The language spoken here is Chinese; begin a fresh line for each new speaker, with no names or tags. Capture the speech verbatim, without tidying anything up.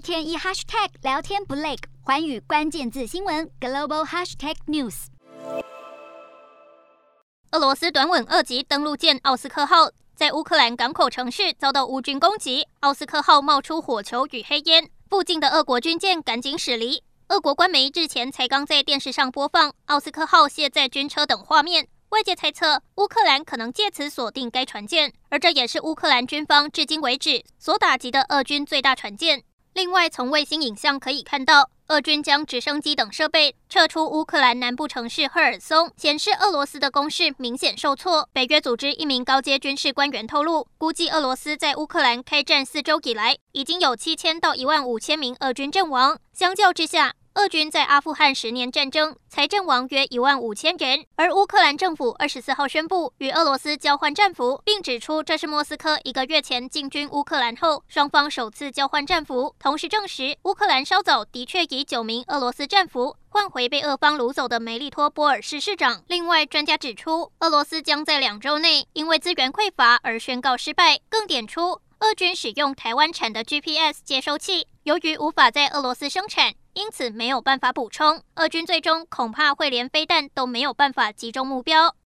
天一 hashtag 聊天不累，寰宇关键字新闻 global hashtag news。
俄罗斯短吻二级登陆舰奥斯克号在乌克兰港口城市遭到乌军攻击，奥斯克号冒出火球与黑烟，附近的俄国军舰赶紧驶离。俄国官媒日前才刚在电视上播放奥斯克号卸载军车等画面，外界猜测乌克兰可能借此锁定该船舰，而这也是乌克兰军方至今为止所打击的俄军最大船舰。另外，从卫星影像可以看到，俄军将直升机等设备撤出乌克兰南部城市赫尔松，显示俄罗斯的攻势明显受挫。北约组织一名高阶军事官员透露，估计俄罗斯在乌克兰开战四周以来，已经有七千到一万五千名俄军阵亡。相较之下，俄军在阿富汗十年战争才阵亡约一万五千人，而乌克兰政府二十四号宣布与俄罗斯交换战俘，并指出这是莫斯科一个月前进军乌克兰后，双方首次交换战俘。同时证实，乌克兰稍早的确以九名俄罗斯战俘换回被俄方掳走的梅利托波尔市市长。另外，专家指出，俄罗斯将在两周内因为资源匮乏而宣告失败，更点出俄军使用台湾产的 G P S 接收器，由于无法在俄罗斯生产，因此没有办法补充，俄军最终恐怕会连飞弹都没有办法击中目标。